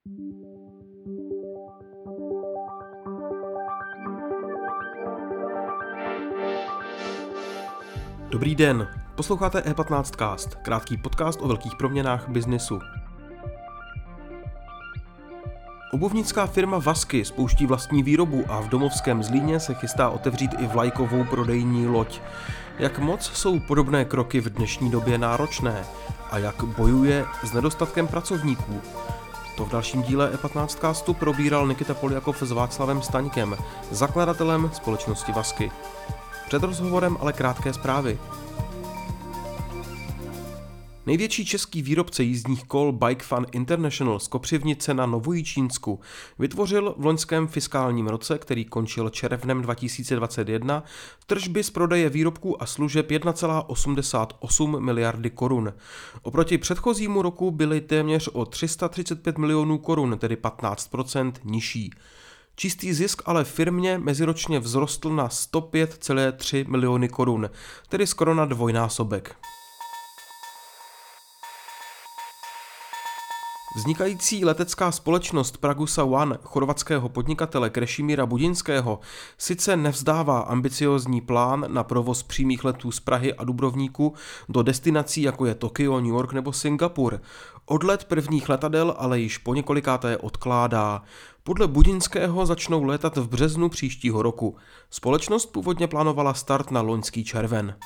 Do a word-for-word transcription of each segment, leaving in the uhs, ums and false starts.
Dobrý den, posloucháte E patnáct Cast, krátký podcast o velkých proměnách biznesu. Obuvnická firma Vasky spouští vlastní výrobu a v domovském Zlíně se chystá otevřít i vlajkovou prodejní loď. Jak moc jsou podobné kroky v dnešní době náročné a jak bojuje s nedostatkem pracovníků? To v dalším díle E patnáct Castu probíral Nikita Poljakov s Václavem Staňkem, zakladatelem společnosti Vasky. Před rozhovorem ale krátké zprávy. Největší český výrobce jízdních kol Bike Fun International z Kopřivnice na Novojičínsku vytvořil v loňském fiskálním roce, který končil červnem dva tisíce dvacet jedna, tržby z prodeje výrobků a služeb jedna celá osmdesát osm miliardy korun. Oproti předchozímu roku byly téměř o tři sta třicet pět milionů korun, tedy patnáct procent nižší. Čistý zisk ale firmě meziročně vzrostl na sto pět celá tři miliony korun, tedy skoro na dvojnásobek. Vznikající letecká společnost Pragusa One chorvatského podnikatele Krešimíra Budinského sice nevzdává ambiciózní plán na provoz přímých letů z Prahy a Dubrovníku do destinací jako je Tokio, New York nebo Singapur. Odlet prvních letadel ale již po několikáté odkládá. Podle Budinského začnou létat v březnu příštího roku. Společnost původně plánovala start na loňský červen.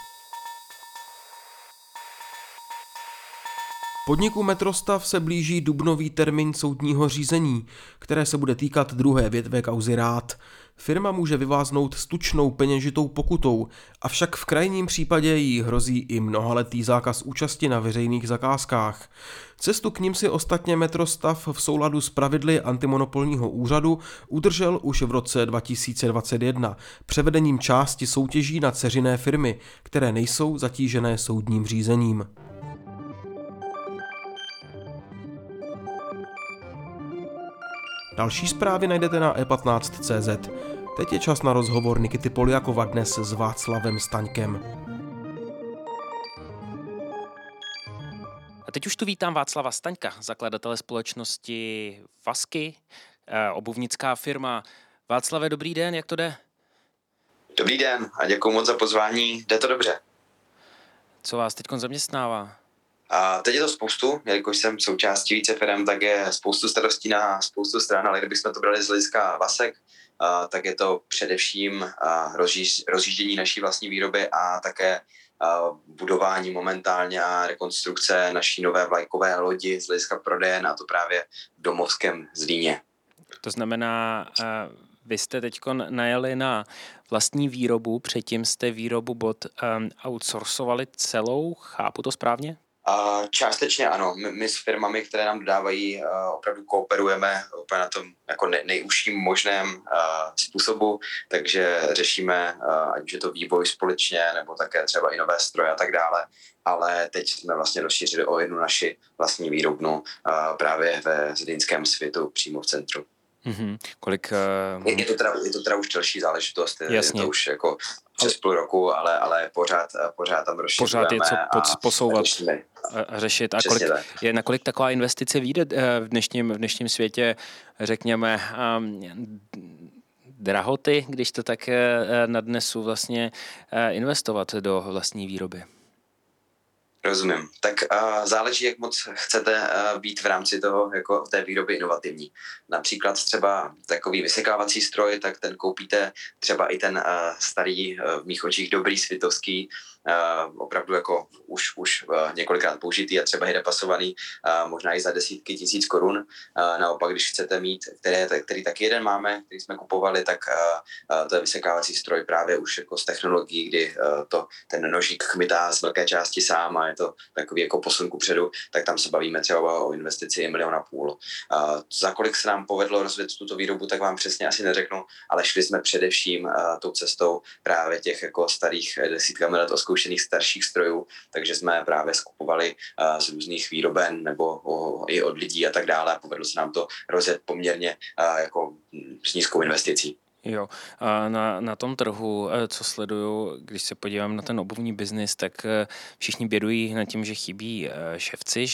Podniku Metrostav se blíží dubnový termín soudního řízení, které se bude týkat druhé větve kauzy Rád. Firma může vyváznout s tučnou peněžitou pokutou, avšak v krajním případě jí hrozí i mnohaletý zákaz účasti na veřejných zakázkách. Cestu k nim si ostatně Metrostav v souladu s pravidly antimonopolního úřadu udržel už v roce dva tisíce dvacet jedna převedením části soutěží na dceřiné firmy, které nejsou zatížené soudním řízením. Další zprávy najdete na e patnáct tečka cé zet. Teď je čas na rozhovor Nikity Poljakova dnes s Václavem Staňkem. A teď už tu vítám Václava Staňka, zakladatele společnosti Vasky, obuvnická firma. Václave, dobrý den, jak to jde? Dobrý den a děkuji moc za pozvání, jde to dobře. Co vás teď zaměstnává? A teď je to spoustu, jelikož jsem součástí více firm, tak je spoustu starostí na spoustu stran, ale kdybychom to brali z hlediska Vasek, a, tak je to především a, rozjíž, rozjíždění naší vlastní výroby a také a, budování momentálně a rekonstrukce naší nové vlajkové lodi z hlediska prodeje, a to právě v domovském Zlíně. To znamená, uh, vy jste teď najeli na vlastní výrobu, předtím jste výrobu bot um, outsourcovali celou, chápu to správně? Uh, částečně ano. My, my s firmami, které nám dodávají, uh, opravdu kooperujeme úplně na tom jako ne, nejužším možném uh, způsobu, takže řešíme, uh, ať už je to vývoj společně, nebo také třeba i nové stroje a tak dále. Ale teď jsme vlastně rozšířili o jednu naši vlastní výrobnu uh, právě ve zlínském Svitu, přímo v centru. Mm-hmm. Kolik, uh... je, je, to teda, je to teda už delší záležitost, je, je to už jako přes ale... půl roku, ale, ale pořád, pořád tam rozšiřujeme. Pořád je co pod, a, posouvat a a řešit. A kolik, je, na kolik taková investice vyjde v dnešním, v dnešním světě, řekněme, um, drahoty, když to tak nadnesu, vlastně investovat do vlastní výroby? Rozumím. Tak uh, záleží, jak moc chcete uh, být v rámci toho, jako v té výroby inovativní. Například třeba takový vysekávací stroj, tak ten koupíte třeba i ten uh, starý, uh, v mých očích dobrý svitovský, uh, opravdu jako už, už uh, několikrát použitý a třeba je repasovaný, uh, možná i za desítky tisíc korun. Uh, naopak, když chcete mít, který, který taky jeden máme, který jsme kupovali, tak uh, uh, to je vysekávací stroj právě už jako z technologií, kdy uh, to, ten nožík chmytá z velké části sám a je to takový jako posun kupředu, tak tam se bavíme třeba o investici milion a půl. Uh, za kolik se nám povedlo rozvíjet tuto výrobu, tak vám přesně asi neřeknu, ale šli jsme především uh, tou cestou právě těch jako starých desítkami let oskoušených starších strojů, takže jsme právě skupovali uh, z různých výroben nebo uh, i od lidí a tak dále a povedlo se nám to rozjet poměrně uh, jako s nízkou investicí. Jo, a na, na tom trhu, co sleduju, když se podívám na ten obuvní biznis, tak všichni bědují nad tím, že chybí ševci, že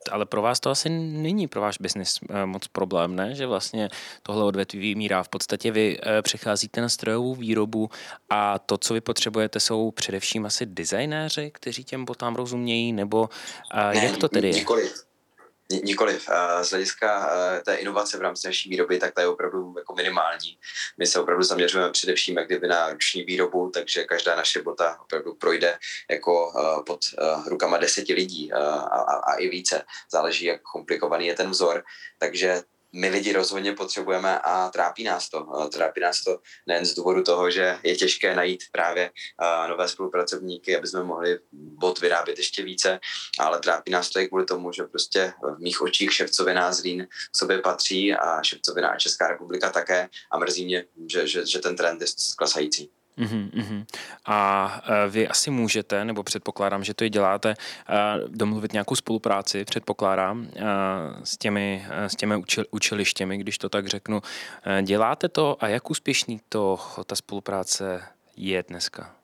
ale pro vás to asi není pro váš biznis moc problém, ne? Že vlastně tohle odvětví vymírá. V podstatě vy přecházíte na strojovou výrobu a to, co vy potřebujete, jsou především asi designéři, kteří těm botám rozumějí, nebo Ne, jak to tedy je? Nikoliv. Nikoliv. Z hlediska té inovace v rámci naší výroby, tak ta je opravdu jako minimální. My se opravdu zaměřujeme především jak kdyby na ruční výrobu, takže každá naše bota opravdu projde jako pod rukama deseti lidí a, a, a i více. Záleží, jak komplikovaný je ten vzor. Takže my lidi rozhodně potřebujeme a trápí nás to. Trápí nás to nejen z důvodu toho, že je těžké najít právě nové spolupracovníky, aby jsme mohli bot vyrábět ještě více, ale trápí nás to i kvůli tomu, že prostě v mých očích ševcovina Zlín k sobě patří a ševcovina a Česká republika také a mrzí mě, že, že, že ten trend je klesající. Uhum, uhum. A vy asi můžete, nebo předpokládám, že to i děláte, domluvit nějakou spolupráci, předpokládám, s těmi, s těmi učilištěmi, když to tak řeknu. Děláte to a jak úspěšný to ta spolupráce je dneska?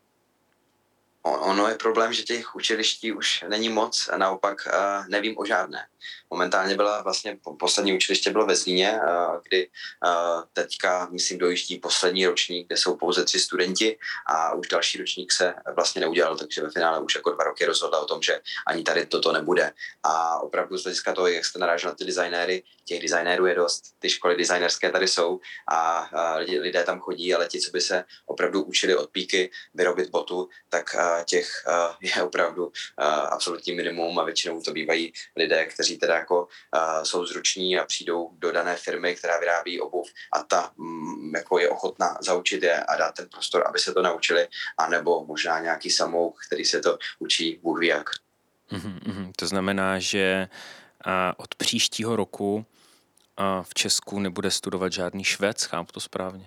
Ono je problém, že těch učiliští už není moc a naopak uh, nevím o žádné. Momentálně byla vlastně, poslední učiliště bylo ve Zlíně, uh, kdy uh, teďka, myslím, dojíždí poslední ročník, kde jsou pouze tři studenti a už další ročník se vlastně neudělal, takže ve finále už jako dva roky rozhodla o tom, že ani tady toto nebude. A opravdu z hlediska toho, jak jste narážel na ty designéry, těch designérů je dost, ty školy designerské tady jsou a uh, lidé tam chodí, ale ti, co by se opravdu učili od píky vyrobit botu, tak uh, těch uh, je opravdu uh, absolutní minimum a většinou to bývají lidé, kteří teda jako uh, jsou zruční a přijdou do dané firmy, která vyrábí obuv a ta um, jako je ochotná zaučit je a dát ten prostor, aby se to naučili, anebo možná nějaký samouk, který se to učí Bůh ví jak. Mm-hmm, mm-hmm. To znamená, že uh, od příštího roku uh, v Česku nebude studovat žádný Švéd, chápu to správně?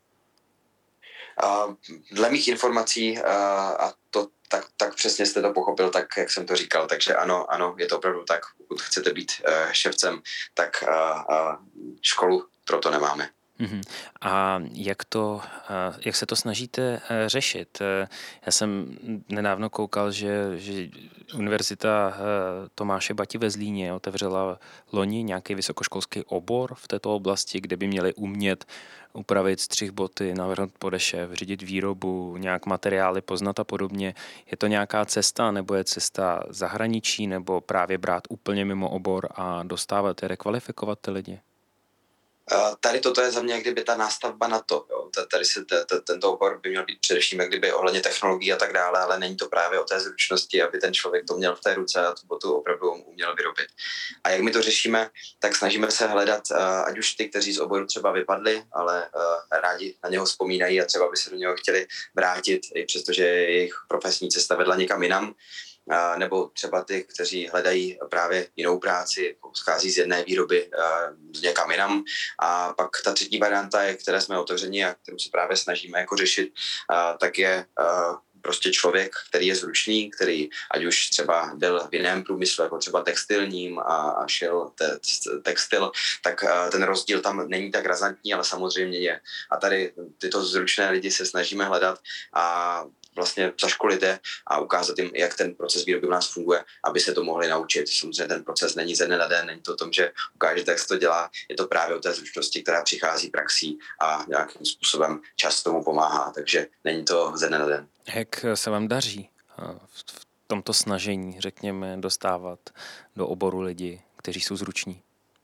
Uh, dle mých informací uh, a to tak, tak přesně jste to pochopil, tak jak jsem to říkal, takže ano, ano, je to opravdu tak, pokud chcete být uh, ševcem, tak uh, uh, školu proto nemáme. Uhum. A jak, to, jak se to snažíte řešit? Já jsem nedávno koukal, že, že Univerzita Tomáše Bati ve Zlíně otevřela loni nějaký vysokoškolský obor v této oblasti, kde by měli umět upravit střih boty, navrhnout podešev, řídit výrobu, nějak materiály poznat a podobně. Je to nějaká cesta, nebo je cesta zahraničí, nebo právě brát úplně mimo obor a dostávat, rekvalifikovat ty lidi? Tady toto je za mě jak kdyby ta nástavba na to. Jo. Tady se t- t- tento obor by měl být především jak kdyby ohledně technologií a tak dále, ale není to právě o té zručnosti, aby ten člověk to měl v té ruce a tu botu opravdu uměl vyrobit. A jak my to řešíme, tak snažíme se hledat, ať už ty, kteří z oboru třeba vypadli, ale rádi na něho vzpomínají a třeba by se do něho chtěli vrátit, i přestože jejich profesní cesta vedla někam jinam, nebo třeba ty, kteří hledají právě jinou práci, schází z jedné výroby z někam jinam. A pak ta třetí varianta, je, které jsme otevřeni a kterou se právě snažíme jako řešit, tak je prostě člověk, který je zručný, který ať už třeba byl v jiném průmyslu, jako třeba textilním a, a šel te, textil, tak ten rozdíl tam není tak razantní, ale samozřejmě je. A tady tyto zručné lidi se snažíme hledat a vlastně zaškolit je a ukázat jim, jak ten proces výroby u nás funguje, aby se to mohli naučit. Samozřejmě ten proces není ze dne na den, není to o tom, že ukážete, jak se to dělá, je to právě o té zručnosti, která přichází praxí a nějakým způsobem čas tomu pomáhá, takže není to ze dne na den. Jak se vám daří v tomto snažení, řekněme, dostávat do oboru lidi, kteří jsou zruční?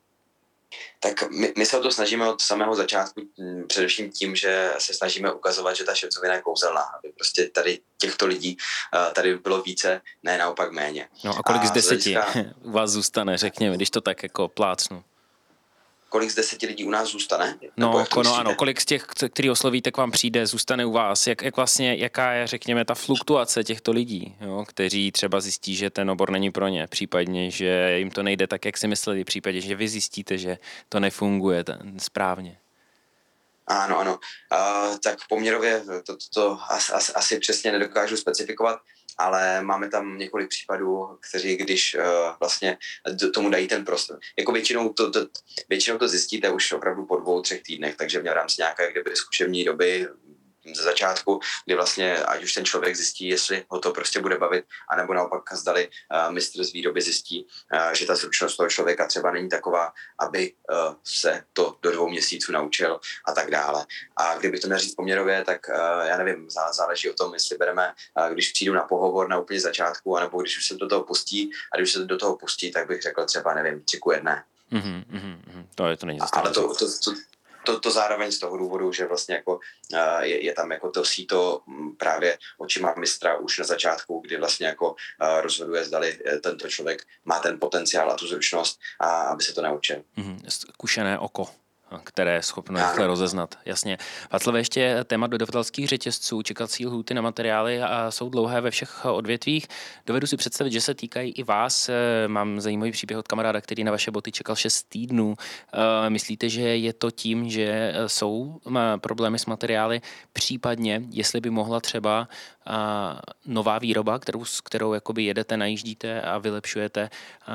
Tak my, my se o to snažíme od samého začátku, především tím, že se snažíme ukazovat, že ta ševcovina je kouzelná, aby prostě tady těchto lidí tady bylo více, ne naopak méně. No a kolik a z deseti u vás zůstane, řekněme, když to tak jako plácnu? Kolik z deseti lidí u nás zůstane? No, jako, no ano, kolik z těch, který oslovíte, k vám přijde, zůstane u vás? Jak, jak vlastně, jaká je, řekněme, ta fluktuace těchto lidí, jo, kteří třeba zjistí, že ten obor není pro ně, případně, že jim to nejde tak, jak si mysleli, případně, že vy zjistíte, že to nefunguje ten, správně? Ano, ano. Uh, tak poměrově to, to, to as, as, asi přesně nedokážu specifikovat, ale máme tam několik případů, kteří když uh, vlastně tomu dají ten prostor. Jako většinou to, to, většinou to zjistíte už opravdu po dvou, třech týdnech, takže v rámci nějaké kdyby zkušební doby ze začátku, kdy vlastně ať už ten člověk zjistí, jestli ho to prostě bude bavit, anebo naopak zdali uh, mistr z výroby zjistí, uh, že ta zručnost toho člověka třeba není taková, aby uh, se to do dvou měsíců naučil a tak dále. A kdybych to měl říct poměrově, tak uh, já nevím, zá, záleží o tom, jestli bereme, uh, když přijdu na pohovor na úplně začátku, anebo když už se do toho pustí, a když se do toho pustí, tak bych řekl třeba, nevím, tři ku jedné. Mm-hmm, mm-hmm. To, je, to není Ale to, to, to, to, to zároveň z toho důvodu, že vlastně jako uh, je, je tam jako to síto m, právě očima mistra už na začátku, kdy vlastně jako uh, rozhoduje, zdali tento člověk má ten potenciál a tu zručnost, a aby se to naučil. Mm-hmm. Zkušené oko, které je schopno rychle rozeznat. Jasně. Václav, ještě téma dodavatelských řetězců, čekací lhůty na materiály a jsou dlouhé ve všech odvětvích. Dovedu si představit, že se týkají i vás. Mám zajímavý příběh od kamaráda, který na vaše boty čekal šest týdnů. Myslíte, že je to tím, že jsou problémy s materiály? Případně, jestli by mohla třeba nová výroba, kterou, kterou jakoby jedete, najíždíte a vylepšujete,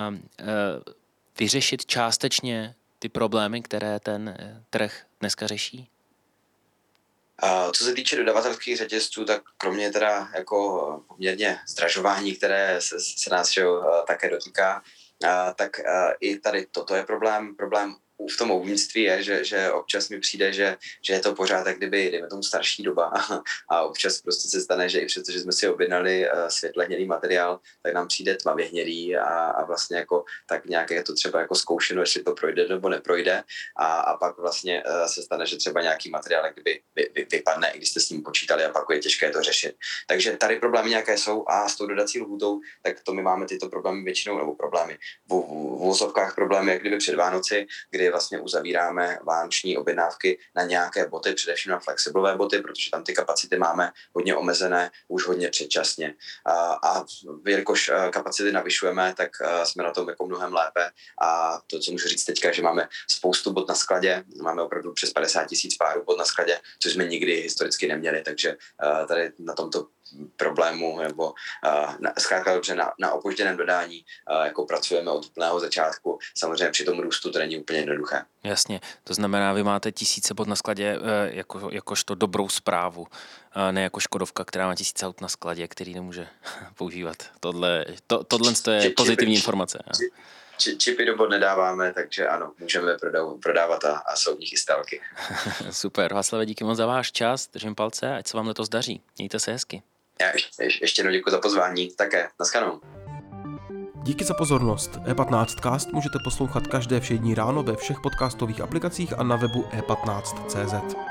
vyřešit částečně ty problémy, které ten trh dneska řeší? Uh, co se týče dodavatelských řetězců, tak kromě teda jako poměrně zdražování, které se, se nás všeho, uh, také dotýká, uh, tak uh, i tady toto je problém. Problém v tom obuvnictví je, že, že občas mi přijde, že, že je to pořád tak kdyby, dejme tomu, starší doba a občas prostě se stane, že i přesto, že jsme si objednali uh, světle hnědý materiál, tak nám přijde tmavě hnědý a, a vlastně jako tak nějak je to třeba jako zkoušeno, jestli to projde nebo neprojde a, a pak vlastně uh, se stane, že třeba nějaký materiál kdyby vy, vy, vypadne, i když jste s ním počítali a pak je těžké to řešit. Takže tady problémy nějaké jsou a s tou dodací lhůtou, tak to my máme tyto problémy většinou, nebo problémy v, v, v úvozovkách problémy, jak kdyby před Vánoci, kdy vlastně uzavíráme vánoční objednávky na nějaké boty, především na flexiblové boty, protože tam ty kapacity máme hodně omezené, už hodně předčasně. A, a jelikož kapacity navyšujeme, tak jsme na tom jako mnohem lépe a to, co můžu říct teďka, že máme spoustu bot na skladě, máme opravdu přes padesát tisíc párů bot na skladě, což jsme nikdy historicky neměli, takže tady na tomto problému nebo uh, na, zkrátka dobře na, na opožděném dodání uh, jako pracujeme od úplného začátku. Samozřejmě při tom růstu to není úplně jednoduché. Jasně, to znamená, vy máte tisíce bot na skladě uh, jako, jakožto dobrou zprávu, uh, ne jako Škodovka, která má tisíce aut na skladě, který nemůže používat. Tohle, to, tohle je či, pozitivní či, informace. Či, či, čipy do bot nedáváme, takže ano, můžeme prodávat, prodávat a, a jsou v nich i stálky. Super, Václave, díky moc za váš čas, držím palce, ať se vám letos daří. Mějte se hezky. Já ještě, ještě jednou děkuji za pozvání, také, naschledanou. Díky za pozornost. E patnáct Cast můžete poslouchat každé všední ráno ve všech podcastových aplikacích a na webu e patnáct tečka cé zet.